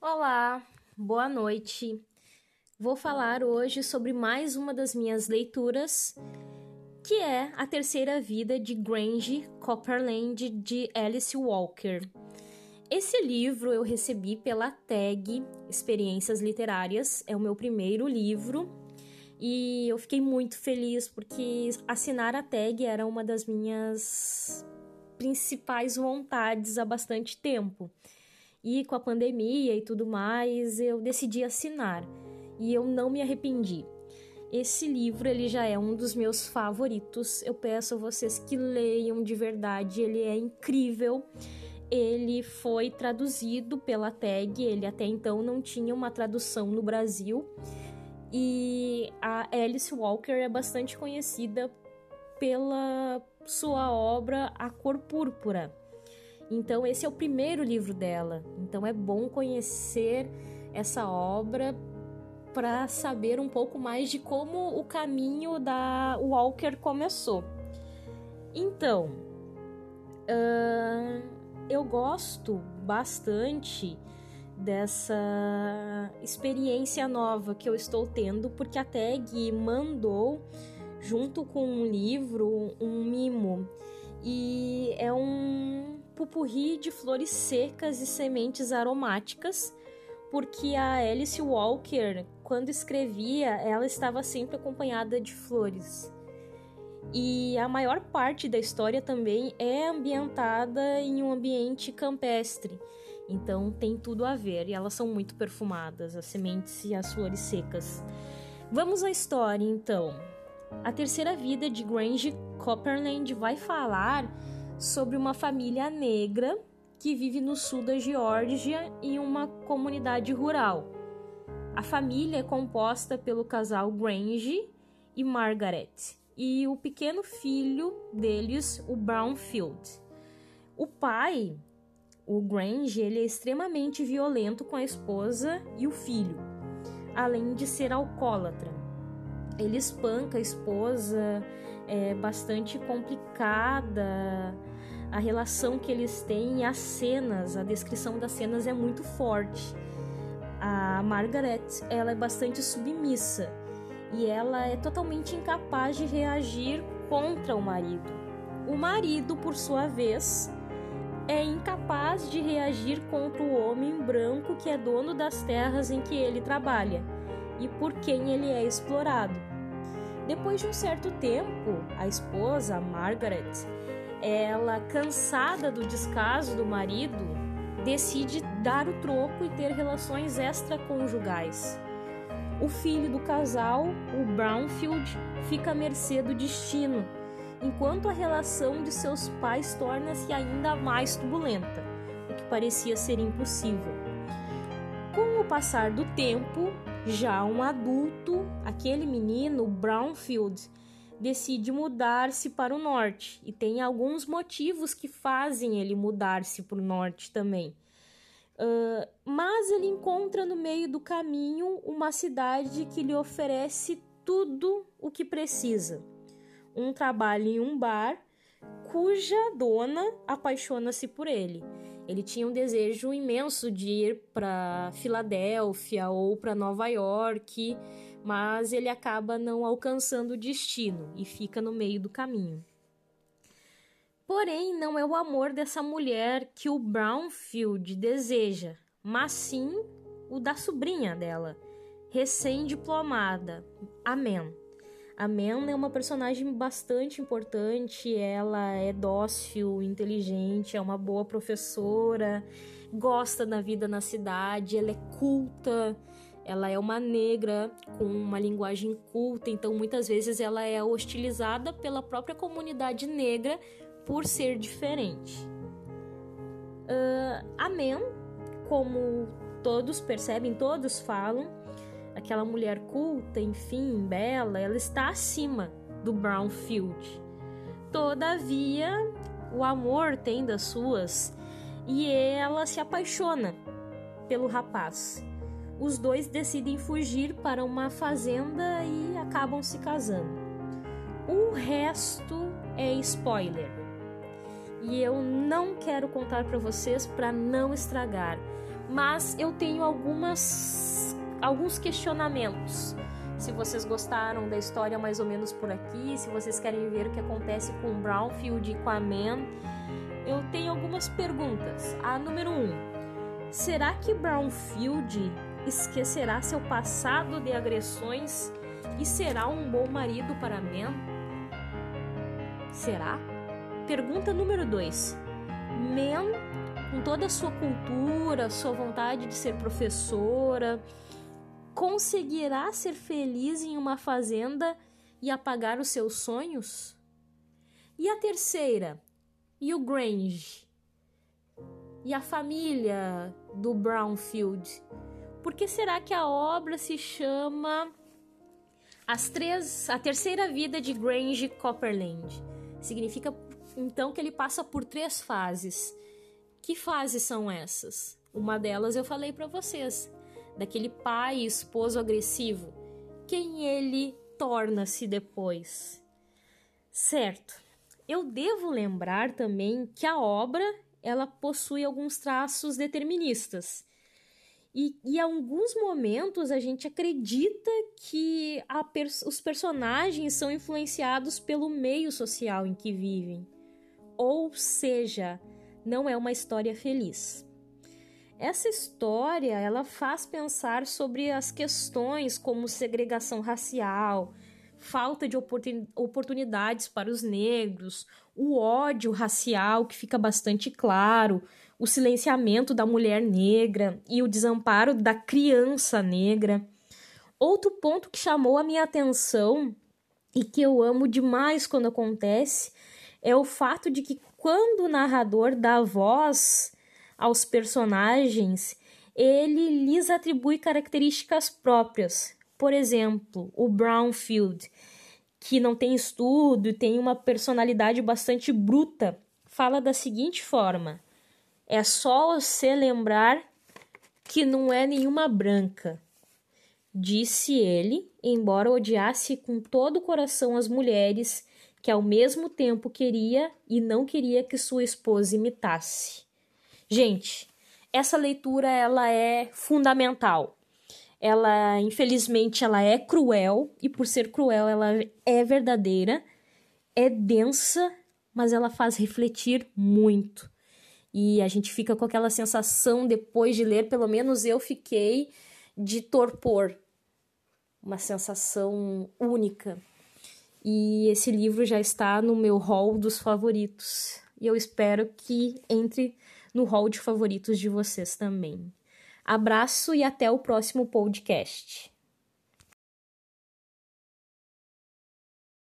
Olá, boa noite. Vou falar hoje sobre mais uma das minhas leituras, que é A Terceira Vida de Grange Copperland, de Alice Walker. Esse livro eu recebi pela tag Experiências Literárias, é o meu primeiro livro, e eu fiquei muito feliz porque assinar a tag era uma das minhas principais vontades há bastante tempo. E com a pandemia e tudo mais, eu decidi assinar. E eu não me arrependi. Esse livro, ele já é um dos meus favoritos. Eu peço a vocês que leiam de verdade. Ele é incrível. Ele foi traduzido pela tag. Ele até então não tinha uma tradução no Brasil. E a Alice Walker é bastante conhecida pela sua obra A Cor Púrpura. Então, esse é o primeiro livro dela. Então, é bom conhecer essa obra para saber um pouco mais de como o caminho da Walker começou. Então, eu gosto bastante dessa experiência nova que eu estou tendo, porque a tag mandou, junto com um livro, um mimo. E é um pupurri de flores secas e sementes aromáticas, porque a Alice Walker, quando escrevia, ela estava sempre acompanhada de flores. E a maior parte da história também é ambientada em um ambiente campestre, então tem tudo a ver, e elas são muito perfumadas, as sementes e as flores secas. Vamos à história, então. A Terceira Vida de Grange Copperland vai falar sobre uma família negra que vive no sul da Geórgia em uma comunidade rural. A família é composta pelo casal Grange e Margaret e o pequeno filho deles, o Brownfield. O pai, o Grange, ele é extremamente violento com a esposa e o filho, além de ser alcoólatra. Ele espanca a esposa, é bastante complicada a relação que eles têm, as cenas, a descrição das cenas é muito forte. A Margaret, ela é bastante submissa e ela é totalmente incapaz de reagir contra o marido. O marido, por sua vez, é incapaz de reagir contra o homem branco que é dono das terras em que ele trabalha e por quem ele é explorado. Depois de um certo tempo, a esposa, a Margaret, ela, cansada do descaso do marido, decide dar o troco e ter relações extraconjugais. O filho do casal, o Brownfield, fica à mercê do destino, enquanto a relação de seus pais torna-se ainda mais turbulenta, o que parecia ser impossível. Com o passar do tempo, já um adulto, aquele menino, Brownfield, decide mudar-se para o norte, e tem alguns motivos que fazem ele mudar-se para o norte também. Mas ele encontra no meio do caminho uma cidade que lhe oferece tudo o que precisa. Um trabalho em um bar, cuja dona apaixona-se por ele. Ele tinha um desejo imenso de ir para Filadélfia ou para Nova York, mas ele acaba não alcançando o destino e fica no meio do caminho. Porém, não é o amor dessa mulher que o Brownfield deseja, mas sim o da sobrinha dela, recém-diplomada, a Man. A Man é uma personagem bastante importante, ela é dócil, inteligente, é uma boa professora, gosta da vida na cidade, ela é culta, ela é uma negra com uma linguagem culta, então muitas vezes ela é hostilizada pela própria comunidade negra por ser diferente. A Man, como todos percebem, todos falam, aquela mulher culta, enfim, bela, ela está acima do Brownfield. Todavia, o amor tem das suas e ela se apaixona pelo rapaz. Os dois decidem fugir para uma fazenda e acabam se casando. O resto é spoiler. E eu não quero contar para vocês para não estragar. mas eu tenho alguns questionamentos. Se vocês gostaram da história mais ou menos por aqui, se vocês querem ver o que acontece com Brownfield e com a Man, eu tenho algumas perguntas. A número 1. Será que Brownfield esquecerá seu passado de agressões e será um bom marido para Man? Será? Pergunta número 2. Man, com toda a sua cultura, sua vontade de ser professora, conseguirá ser feliz em uma fazenda e apagar os seus sonhos? E a terceira? E o Grange? E a família do Brownfield? Por que será que a obra se chama A Terceira Vida de Grange Copperland? Significa, então, que ele passa por 3 fases. Que fases são essas? Uma delas eu falei para vocês, daquele pai e esposo agressivo. Quem ele torna-se depois? Certo. Eu devo lembrar também que a obra ela possui alguns traços deterministas. E em alguns momentos a gente acredita que os personagens são influenciados pelo meio social em que vivem. Ou seja, não é uma história feliz. Essa história ela faz pensar sobre as questões como segregação racial, falta de oportunidades para os negros, o ódio racial que fica bastante claro, o silenciamento da mulher negra e o desamparo da criança negra. Outro ponto que chamou a minha atenção e que eu amo demais quando acontece é o fato de que quando o narrador dá voz aos personagens, ele lhes atribui características próprias. Por exemplo, o Brownfield, que não tem estudo e tem uma personalidade bastante bruta, fala da seguinte forma: é só você lembrar que não é nenhuma branca, disse ele, embora odiasse com todo o coração as mulheres que ao mesmo tempo queria e não queria que sua esposa imitasse. Gente, essa leitura ela é fundamental. Ela, infelizmente, ela é cruel, e por ser cruel, ela é verdadeira, é densa, mas ela faz refletir muito. E a gente fica com aquela sensação, depois de ler, pelo menos eu fiquei, de torpor. Uma sensação única. E esse livro já está no meu hall dos favoritos. E eu espero que entre no hall de favoritos de vocês também. Abraço e até o próximo podcast.